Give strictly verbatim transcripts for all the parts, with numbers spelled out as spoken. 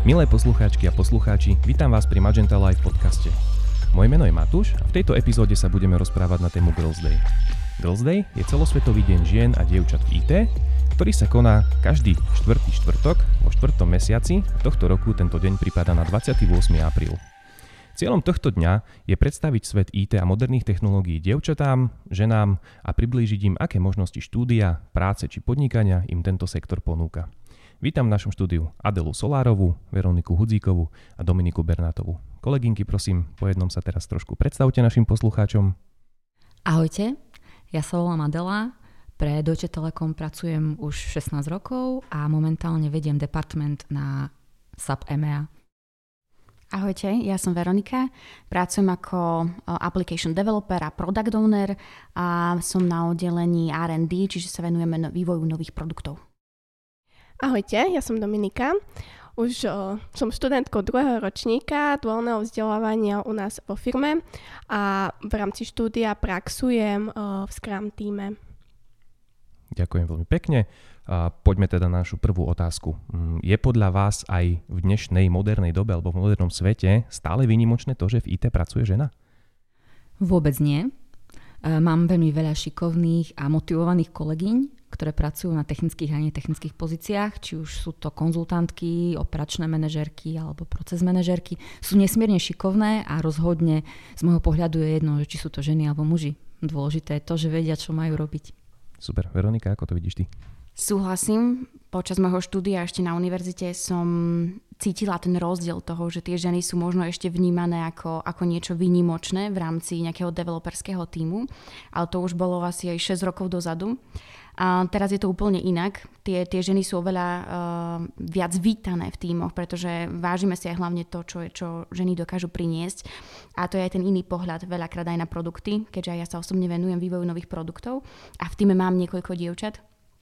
Milé poslucháčky a poslucháči, vítam vás pri Magenta Live podcaste. Moje meno je Matúš a v tejto epizóde sa budeme rozprávať na tému Girls Day. Girls Day je celosvetový deň žien a dievčat v í té, ktorý sa koná každý štvrtý štvrtok vo štvrtom mesiaci. Tohto roku tento deň pripadá na dvadsiateho ôsmeho apríla. Cieľom tohto dňa je predstaviť svet í té a moderných technológií dievčatám, ženám a priblížiť im, aké možnosti štúdia, práce či podnikania im tento sektor ponúka. Vítam v našom štúdiu Adelu Solárovú, Veroniku Hudzíkovú a Dominiku Bernátovú. Kolegynky, prosím, po jednom sa teraz trošku predstavte našim poslucháčom. Ahojte, ja sa volám Adela, pre Deutsche Telekom pracujem už šestnásť rokov a momentálne vediem department na SAP é em é á. Ahojte, ja som Veronika, pracujem ako application developer a product owner a som na oddelení er end dé, čiže sa venujeme no- vývoju nových produktov. Ahojte, ja som Dominika, už o, som študentkou druhého ročníka duálneho vzdelávania u nás vo firme a v rámci štúdia praxujem o, v Scrum týme. Ďakujem veľmi pekne. A poďme teda na našu prvú otázku. Je podľa vás aj v dnešnej modernej dobe alebo v modernom svete stále výnimočné to, že v í té pracuje žena? Vôbec nie. Mám veľmi veľa šikovných a motivovaných kolegyň, ktoré pracujú na technických a netechnických pozíciách, či už sú to konzultantky, operačné manažérky alebo proces manažérky. Sú nesmierne šikovné a rozhodne z môjho pohľadu je jedno, či sú to ženy alebo muži. Dôležité je to, že vedia, čo majú robiť. Super. Veronika, ako to vidíš ty? Súhlasím. Počas môjho štúdia ešte na univerzite som cítila ten rozdiel toho, že tie ženy sú možno ešte vnímané ako, ako niečo výnimočné v rámci nejakého developerského tímu, ale to už bolo asi aj šesť rokov dozadu. A teraz je to úplne inak. Tie, tie ženy sú oveľa uh, viac vítané v tímoch, pretože vážime si aj hlavne to, čo, čo ženy dokážu priniesť. A to je aj ten iný pohľad veľakrát aj na produkty, keďže ja sa osobne venujem vývoju nových produktov a v tíme mám niekoľko dievčat.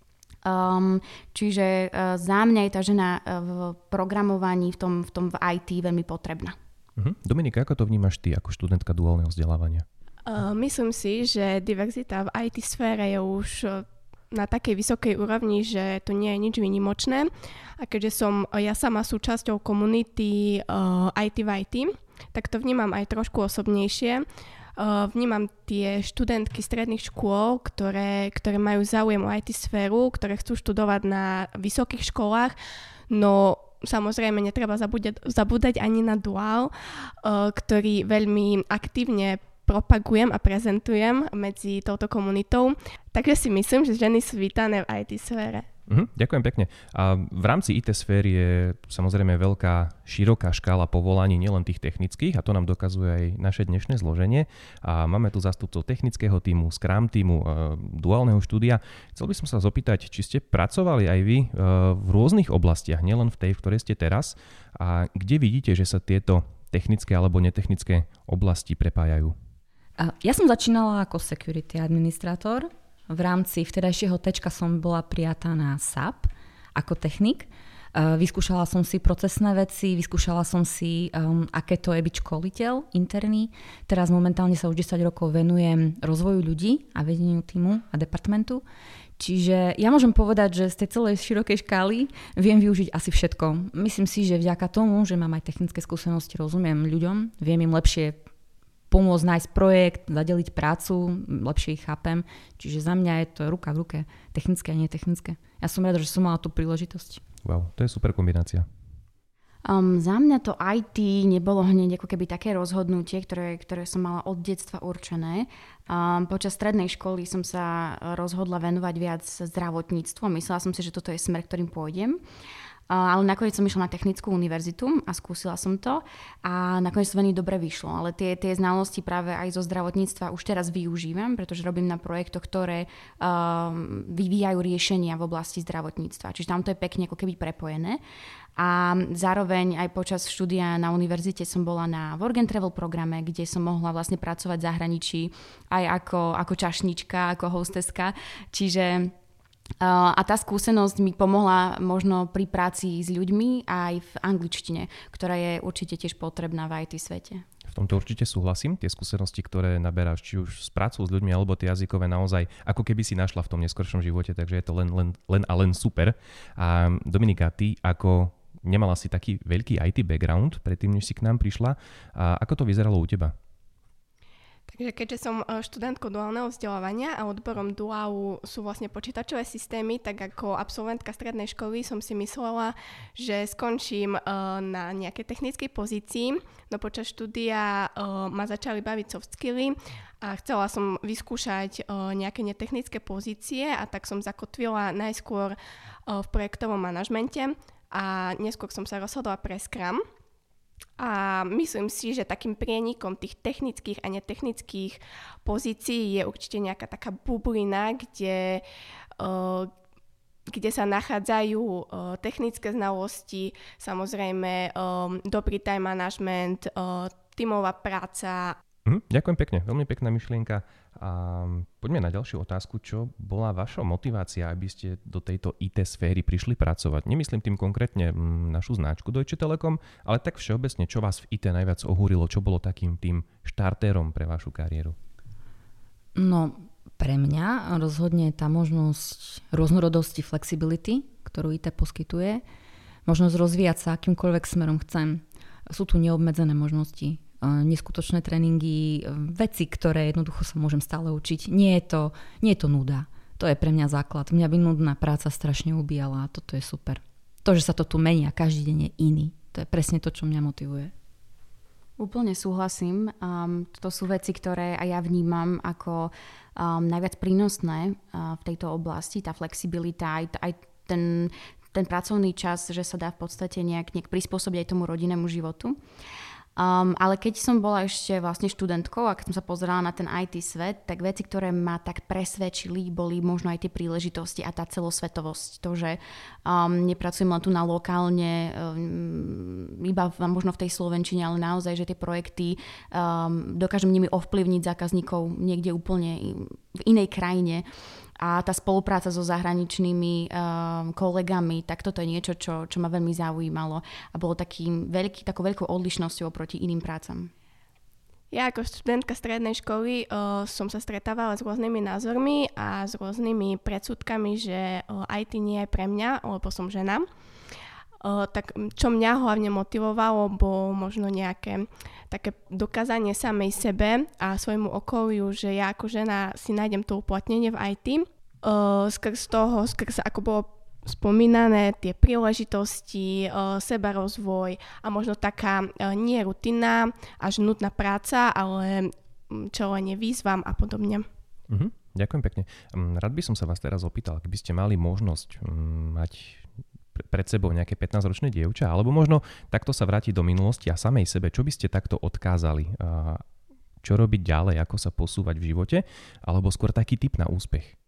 Um, čiže uh, za mňa je tá žena uh, v programovaní, v tom, v tom v í té veľmi potrebná. Uh-huh. Dominika, ako to vnímaš ty ako študentka duálneho vzdelávania? Uh, myslím si, že diverzita v í té sfére je už uh, na takej vysokej úrovni, že to nie je nič výnimočné. A keďže som uh, ja sama súčasťou komunity uh, í té v í té, tak to vnímam aj trošku osobnejšie. Uh, vnímam tie študentky stredných škôl, ktoré, ktoré majú záujem o í té sféru, ktoré chcú študovať na vysokých školách, no samozrejme netreba zabúdať, zabúdať ani na duál, uh, ktorý veľmi aktívne propagujem a prezentujem medzi touto komunitou. Takže si myslím, že ženy sú vítané v í té sfére. Uh-huh, ďakujem pekne. A v rámci í té sféry je samozrejme veľká, široká škála povolaní, nielen tých technických, a to nám dokazuje aj naše dnešné zloženie. A máme tu zástupcov technického tímu, Scrum tímu, e, duálneho štúdia. Chcel by som sa zapýtať, či ste pracovali aj vy e, v rôznych oblastiach, nielen v tej, v ktorej ste teraz, a kde vidíte, že sa tieto technické alebo netechnické oblasti prepájajú? Ja som začínala ako security administrátor. V rámci vtedajšieho tečka som bola prijatá na SAP ako technik. Vyskúšala som si procesné veci, vyskúšala som si, um, aké to je byť školiteľ interný. Teraz momentálne sa už desať rokov venujem rozvoju ľudí a vedeniu tímu a departmentu. Čiže ja môžem povedať, že z tej celej širokej škály viem využiť asi všetko. Myslím si, že vďaka tomu, že mám aj technické skúsenosti, rozumiem ľuďom, viem im lepšie pomôcť nájsť projekt, zadeliť prácu, lepšie ich chápem. Čiže za mňa je to ruka v ruke, technické a netechnické. Ja som rada, že som mala tú príležitosť. Wow, to je super kombinácia. Um, za mňa to í té nebolo hneď ako keby také rozhodnutie, ktoré, ktoré som mala od detstva určené. Um, počas strednej školy som sa rozhodla venovať viac zdravotníctvu. Myslela som si, že toto je smer, ktorým pôjdem. Uh, ale nakoniec som išla na technickú univerzitu a skúsila som to a nakoniec to veľmi dobre vyšlo. Ale tie, tie znalosti práve aj zo zdravotníctva už teraz využívam, pretože robím na projektoch, ktoré uh, vyvíjajú riešenia v oblasti zdravotníctva. Čiže tam to je pekne ako keby prepojené. A zároveň aj počas štúdia na univerzite som bola na work and travel programe, kde som mohla vlastne pracovať v zahraničí aj ako, ako čašnička, ako hosteska. Čiže Uh, a tá skúsenosť mi pomohla možno pri práci s ľuďmi aj v angličtine, ktorá je určite tiež potrebná v í té svete. V tomto určite súhlasím. Tie skúsenosti, ktoré naberáš, či už s prácou s ľuďmi, alebo tie jazykové, naozaj ako keby si našla v tom neskoršom živote, takže je to len, len, len a len super. A Dominika, ty ako nemala si taký veľký í té background predtým, než si k nám prišla. A ako to vyzeralo u teba? Takže keďže som študentkou duálneho vzdelávania a odborom duálu sú vlastne počítačové systémy, tak ako absolventka strednej školy som si myslela, že skončím uh, na nejakej technickej pozícii, no počas štúdia uh, ma začali baviť soft skilly a chcela som vyskúšať uh, nejaké netechnické pozície a tak som zakotvila najskôr uh, v projektovom manažmente a neskôr som sa rozhodla pre Scrum. A myslím si, že takým prienikom tých technických a netechnických pozícií je určite nejaká taká bublina, kde, uh, kde sa nachádzajú uh, technické znalosti, samozrejme um, dobrý time management, uh, tímová práca. Hm, ďakujem pekne, veľmi pekná myšlienka. A poďme na ďalšiu otázku. Čo bola vaša motivácia, aby ste do tejto í té sféry prišli pracovať? Nemyslím tým konkrétne m, našu značku Deutsche Telekom, ale tak všeobecne, čo vás v í té najviac ohúrilo? Čo bolo takým tým štartérom pre vašu kariéru? No, pre mňa rozhodne tá možnosť rôznorodosti, flexibility, ktorú í té poskytuje, možnosť rozvíjať sa akýmkoľvek smerom chcem. Sú tu neobmedzené možnosti, neskutočné tréningy, veci, ktoré jednoducho sa môžem stále učiť. Nie je to, nie je to nuda. To je pre mňa základ. Mňa by nudná práca strašne ubíjala a toto je super. To, že sa to tu mení a každý deň je iný, to je presne to, čo mňa motivuje. Úplne súhlasím. Um, toto sú veci, ktoré aj ja vnímam ako um, najviac prínosné uh, v tejto oblasti. Tá flexibilita, aj, aj ten, ten pracovný čas, že sa dá v podstate nejak, nejak prispôsobiť aj tomu rodinnému životu. Um, ale keď som bola ešte vlastne študentkou a keď som sa pozerala na ten í té svet, tak veci, ktoré ma tak presvedčili, boli možno aj tie príležitosti a tá celosvetovosť. To, že um, nepracujem len tu na lokálne, um, iba v, možno v tej slovenčine, ale naozaj, že tie projekty um, dokážem nimi ovplyvniť zákazníkov niekde úplne v inej krajine. A tá spolupráca so zahraničnými um, kolegami, tak toto je niečo, čo, čo ma veľmi zaujímalo a bolo takým veľký, takou veľkou odlišnosťou oproti iným prácam. Ja ako študentka strednej školy uh, som sa stretávala s rôznymi názormi a s rôznymi predsudkami, že uh, í té nie je pre mňa, lebo som žena. Uh, tak čo mňa hlavne motivovalo, bolo možno nejaké také dokázanie samej sebe a svojmu okoliu, že ja ako žena si nájdem to uplatnenie v í té. Uh, skrz toho, skrz ako bolo spomínané, tie príležitosti, uh, sebarozvoj a možno taká uh, nie rutinná, až nudná práca, ale čelenie výzvam a podobne. Uh-huh, ďakujem pekne. Rád by som sa vás teraz opýtal, ak by ste mali možnosť um, mať pred sebou nejaké pätnásťročné dievča, alebo možno takto sa vrátiť do minulosti a samej sebe, čo by ste takto odkázali? Čo robiť ďalej, ako sa posúvať v živote, alebo skôr taký tip na úspech?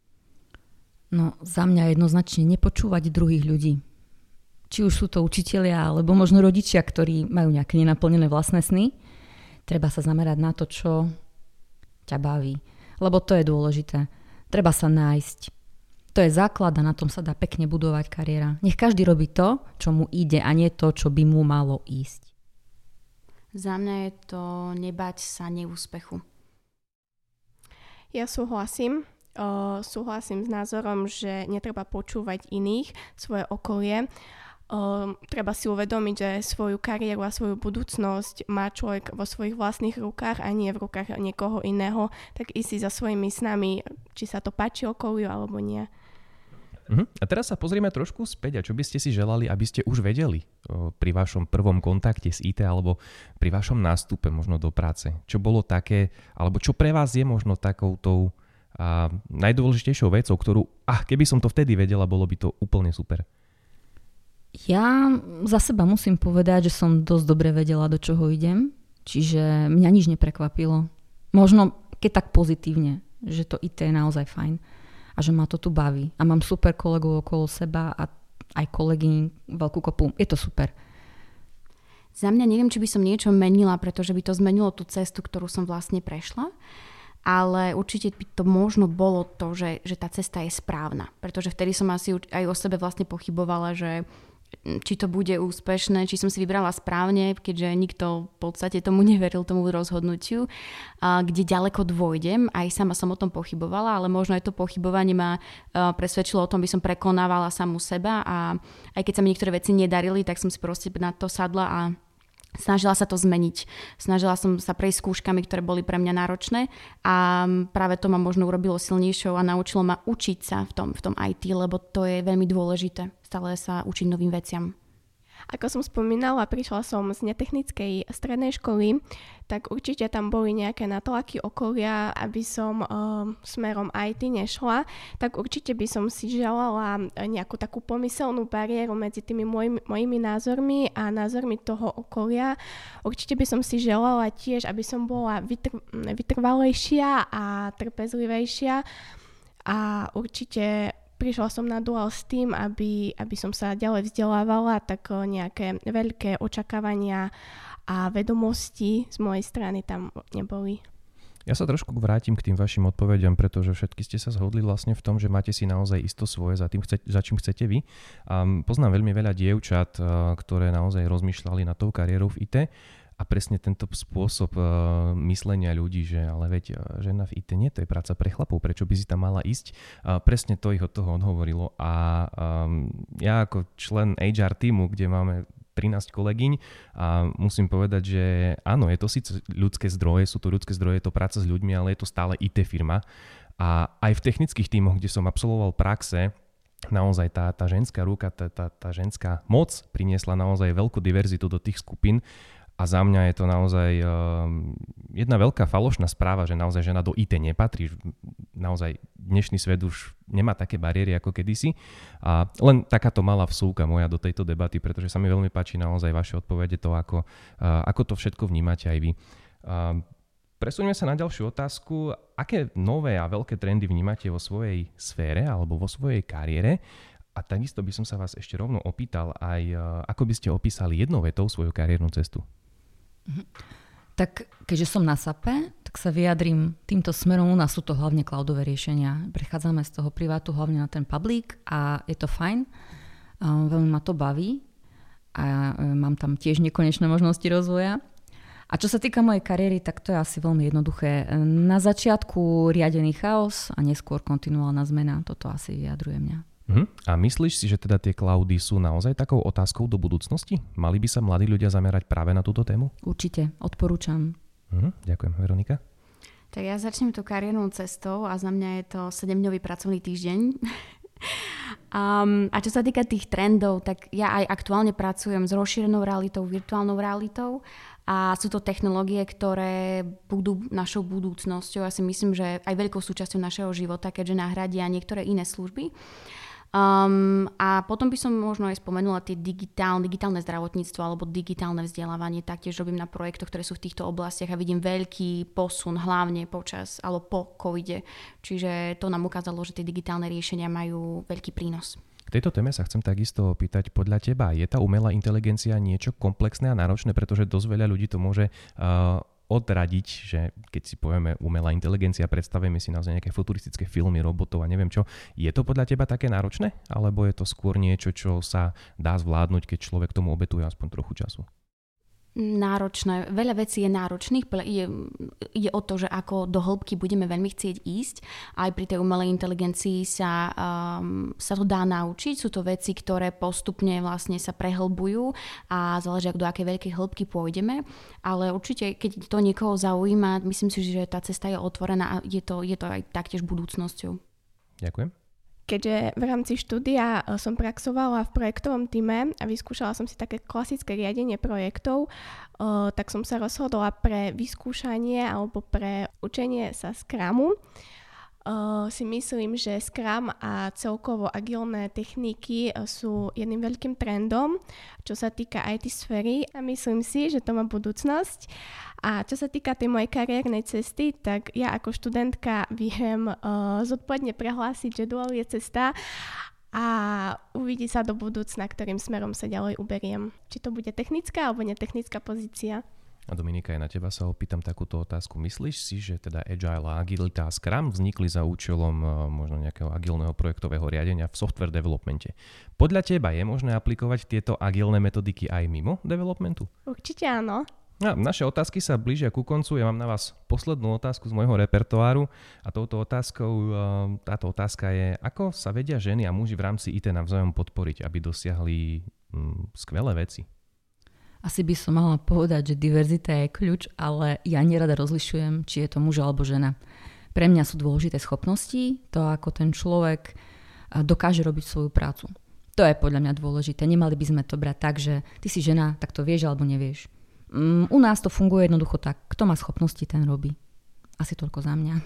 No, za mňa jednoznačne nepočúvať druhých ľudí. Či už sú to učitelia, alebo možno rodičia, ktorí majú nejaké nenaplnené vlastné sny. Treba sa zamerať na to, čo ťa baví, lebo to je dôležité. Treba sa nájsť. To je základ a na tom sa dá pekne budovať kariéra. Nech každý robí to, čo mu ide a nie to, čo by mu malo ísť. Za mňa je to nebať sa neúspechu. Ja súhlasím. Uh, súhlasím s názorom, že netreba počúvať iných, svoje okolie. Uh, treba si uvedomiť, že svoju kariéru a svoju budúcnosť má človek vo svojich vlastných rukách a nie v rukách niekoho iného. Tak ísť si za svojimi snami, či sa to páči okoliu alebo nie. Uh-huh. A teraz sa pozrieme trošku späť. A čo by ste si želali, aby ste už vedeli o, pri vašom prvom kontakte s í té alebo pri vašom nástupe možno do práce? Čo bolo také, alebo čo pre vás je možno takoutou a najdôležitejšou vecou, ktorú, ah, keby som to vtedy vedela, bolo by to úplne super? Ja za seba musím povedať, že som dosť dobre vedela, do čoho idem. Čiže mňa nič neprekvapilo. Možno keď tak pozitívne, že to í té je naozaj fajn a že ma to tu baví. A mám super kolegov okolo seba a aj kolegy veľkú kopu. Je to super. Za mňa neviem, či by som niečo menila, pretože by to zmenilo tú cestu, ktorú som vlastne prešla. Ale určite by to možno bolo to, že, že tá cesta je správna. Pretože vtedy som asi aj o sebe vlastne pochybovala, že či to bude úspešné, či som si vybrala správne, keďže nikto v podstate tomu neveril, tomu rozhodnutiu, a kde ďaleko dôjdem. Aj sama som o tom pochybovala, ale možno aj to pochybovanie ma presvedčilo o tom, by som prekonávala samu seba a aj keď sa mi niektoré veci nedarili, tak som si proste na to sadla a snažila sa to zmeniť. Snažila som sa prejsť skúškami, ktoré boli pre mňa náročné a práve to ma možno urobilo silnejšou a naučilo ma učiť sa v tom, v tom í té, lebo to je veľmi dôležité. Stále sa učiť novým veciam. Ako som spomínala, prišla som z netechnickej strednej školy, tak určite tam boli nejaké natlaky okolia, aby som uh, smerom í té nešla, tak určite by som si želala nejakú takú pomyselnú bariéru medzi tými mojimi, mojimi názormi a názormi toho okolia. Určite by som si želala tiež, aby som bola vytr- vytrvalejšia a trpezlivejšia a určite prišla som na duál s tým, aby, aby som sa ďalej vzdelávala, tak nejaké veľké očakávania a vedomosti z mojej strany tam neboli. Ja sa trošku vrátim k tým vašim odpovediam, pretože všetky ste sa zhodli vlastne v tom, že máte si naozaj isto svoje, za, tým chce, za čím chcete vy. Um, poznám veľmi veľa dievčat, uh, ktoré naozaj rozmýšľali nad tou kariérou v í té. A presne tento spôsob uh, myslenia ľudí, že ale veď žena v í té nie, to je práca pre chlapov, prečo by si tam mala ísť, uh, presne to ich od toho odhovorilo. A um, ja ako člen há er týmu, kde máme trinásť kolegyň, a musím povedať, že áno, je to síce ľudské zdroje, sú to ľudské zdroje, je to práca s ľuďmi, ale je to stále í té firma. A aj v technických tímoch, kde som absolvoval praxe, naozaj tá, tá ženská ruka, tá, tá, tá ženská moc priniesla naozaj veľkú diverzitu do tých skupín. A za mňa je to naozaj uh, jedna veľká falošná správa, že naozaj žena do í té nepatrí. Naozaj dnešný svet už nemá také bariéry ako kedysi. A len takáto malá vsúka moja do tejto debaty, pretože sa mi veľmi páči naozaj vaše odpovede, to ako, uh, ako to všetko vnímate aj vy. Uh, Presunieme sa na ďalšiu otázku. Aké nové a veľké trendy vnímate vo svojej sfére alebo vo svojej kariére? A takisto by som sa vás ešte rovno opýtal aj, uh, ako by ste opísali jednou vetou svoju kariérnu cestu? Tak keďže som na sape, tak sa vyjadrím týmto smerom. U nás sú to hlavne cloudové riešenia. Prechádzame z toho privátu hlavne na ten public a je to fajn. Um, veľmi ma to baví a um, mám tam tiež nekonečné možnosti rozvoja. A čo sa týka mojej kariéry, tak to je asi veľmi jednoduché. Na začiatku riadený chaos a neskôr kontinuálna zmena. Toto asi vyjadruje mňa. Uh-huh. A myslíš si, že teda tie cloudy sú naozaj takou otázkou do budúcnosti? Mali by sa mladí ľudia zamerať práve na túto tému? Určite, odporúčam. Uh-huh. Ďakujem. Veronika? Tak ja začnem tú kariérnou cestou a za mňa je to sedemdňový pracovný týždeň. um, a čo sa týka tých trendov, tak ja aj aktuálne pracujem s rozšírenou realitou, virtuálnou realitou a sú to technológie, ktoré budú našou budúcnosťou. Ja si myslím, že aj veľkou súčasťou našeho života, keďže nahradia niektoré iné služby. Um, a potom by som možno aj spomenula tie digitál, digitálne zdravotníctvo alebo digitálne vzdelávanie. Taktiež robím na projektoch, ktoré sú v týchto oblastiach a vidím veľký posun hlavne počas alebo po covide. Čiže to nám ukázalo, že tie digitálne riešenia majú veľký prínos. K tejto téme sa chcem takisto opýtať, podľa teba je tá umelá inteligencia niečo komplexné a náročné, pretože dosť veľa ľudí to môže uh, odradiť, že keď si povieme umelá inteligencia, predstavíme si naozaj nejaké futuristické filmy, robotov a neviem čo. Je to podľa teba také náročné? Alebo je to skôr niečo, čo sa dá zvládnuť, keď človek tomu obetuje aspoň trochu času? Náročné. Veľa vecí je náročných. Ide, ide o to, že ako do hĺbky budeme veľmi chcieť ísť. Aj pri tej umelej inteligencii sa, um, sa to dá naučiť. Sú to veci, ktoré postupne vlastne sa prehlbujú a záleží, do akej veľkej hĺbky pôjdeme. Ale určite, keď to niekoho zaujíma, myslím si, že tá cesta je otvorená a je to, je to aj taktiež budúcnosťou. Ďakujem. Keďže v rámci štúdia som praxovala v projektovom týme a vyskúšala som si také klasické riadenie projektov, tak som sa rozhodla pre vyskúšanie alebo pre učenie sa Scrumu. Uh, si myslím, že Scrum a celkovo agilné techniky sú jedným veľkým trendom, čo sa týka í té sféry a myslím si, že to má budúcnosť. A čo sa týka tej mojej kariérnej cesty, tak ja ako študentka viem uh, zodpovedne prehlásiť, že duál je cesta a uvidí sa do budúcna, ktorým smerom sa ďalej uberiem. Či to bude technická alebo netechnická pozícia. A Dominika, aj na teba sa opýtam takúto otázku. Myslíš si, že teda Agile, Agilita a Scrum vznikli za účelom možno nejakého agilného projektového riadenia v software developmente? Podľa teba je možné aplikovať tieto agilné metodiky aj mimo developmentu? Určite áno. No, naše otázky sa blížia ku koncu. Ja mám na vás poslednú otázku z môjho repertoáru a touto otázkou, táto otázka je, ako sa vedia ženy a muži v rámci í té navzájom podporiť, aby dosiahli mm, skvelé veci? Asi by som mala povedať, že diverzita je kľúč, ale ja nerada rozlišujem, či je to muž alebo žena. Pre mňa sú dôležité schopnosti, to ako ten človek dokáže robiť svoju prácu. To je podľa mňa dôležité. Nemali by sme to brať tak, že ty si žena, tak to vieš alebo nevieš. U nás to funguje jednoducho tak. Kto má schopnosti, ten robí. Asi toľko za mňa.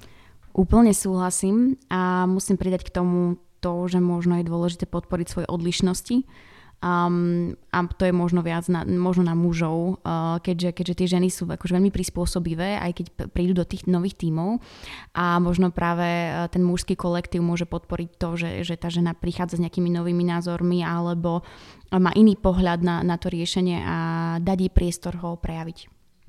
Úplne súhlasím a musím pridať k tomu to, že možno je dôležité podporiť svoje odlišnosti. Um, a to je možno viac na, možno na mužov, uh, keďže, keďže tie ženy sú akože veľmi prispôsobivé, aj keď p- prídu do tých nových tímov a možno práve uh, ten mužský kolektív môže podporiť to, že, že tá žena prichádza s nejakými novými názormi alebo uh, má iný pohľad na, na to riešenie a dať jej priestor ho prejaviť.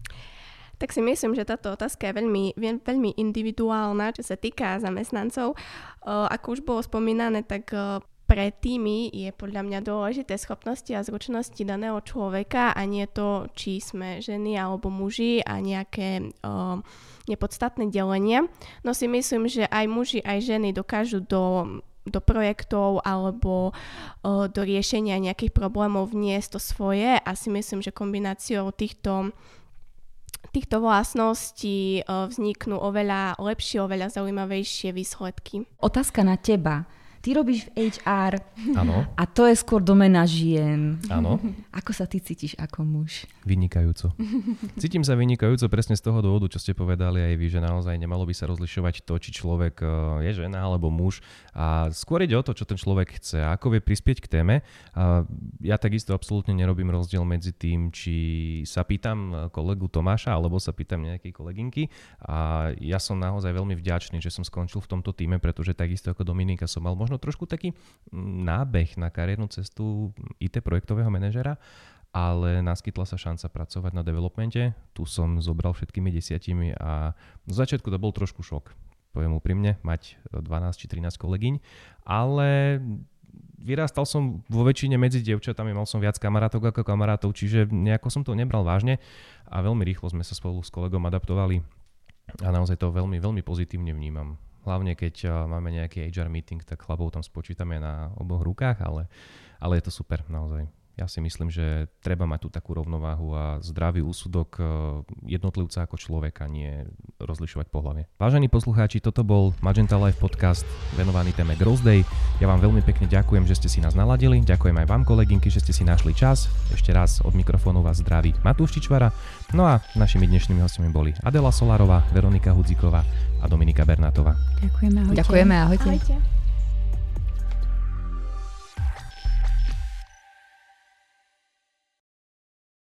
Tak si myslím, že táto otázka je veľmi, veľmi individuálna, čo sa týka zamestnancov. Uh, ako už bolo spomínané, tak uh, pre týmy je podľa mňa dôležité schopnosti a zručnosti daného človeka a nie to, či sme ženy alebo muži a nejaké uh, nepodstatné delenie. No si myslím, že aj muži, aj ženy dokážu do, do projektov alebo uh, do riešenia nejakých problémov vniesť to svoje a si myslím, že kombináciou týchto týchto vlastností uh, vzniknú oveľa lepšie, oveľa zaujímavejšie výsledky. Otázka na teba. Ty robíš v há er. Áno. A to je skôr domena žien. Áno. Ako sa ty cítiš ako muž? Vynikajúco. Cítim sa vynikajúco presne z toho dôvodu, čo ste povedali aj vy, že naozaj nemalo by sa rozlišovať to, či človek je žena alebo muž. A skôr ide o to, čo ten človek chce a ako vie prispieť k téme. A ja takisto absolútne nerobím rozdiel medzi tým, či sa pýtam kolegu Tomáša alebo sa pýtam nejakej kolegynky. A ja som naozaj veľmi vďačný, že som skončil v tomto týme, pretože takisto ako Dominika som mal možno trošku taký nábeh na kariérnu cestu í té projektového manažera, ale naskytla sa šanca pracovať na developmente. Tu som zobral všetkými desiatimi a v začiatku to bol trošku šok. Poviem úprimne, mať dvanásť či trinásť kolegyň, ale vyrástal som vo väčšine medzi dievčatami, mal som viac kamarátok ako kamarátov, čiže nejako som to nebral vážne a veľmi rýchlo sme sa spolu s kolegom adaptovali a naozaj to veľmi, veľmi pozitívne vnímam. Hlavne keď máme nejaký há er meeting, tak chlapov tam spočítame na oboch rukách, ale, ale je to super naozaj. Ja si myslím, že treba mať tú takú rovnováhu a zdravý úsudok jednotlivca ako človeka, nie rozlišovať pohlavie. Vážení poslucháči, toto bol Magenta Live podcast venovaný téme Girls Day. Ja vám veľmi pekne ďakujem, že ste si nás naladili. Ďakujem aj vám, kolegynky, že ste si našli čas. Ešte raz od mikrofónu vás zdraví Matúš Čičvara. No a našimi dnešnými hostiami boli Adela Solárová, Veronika Hudzíková a Dominika Bernátová. Ďakujeme, ahojte. Ďakujeme, ahojte. Ahojte.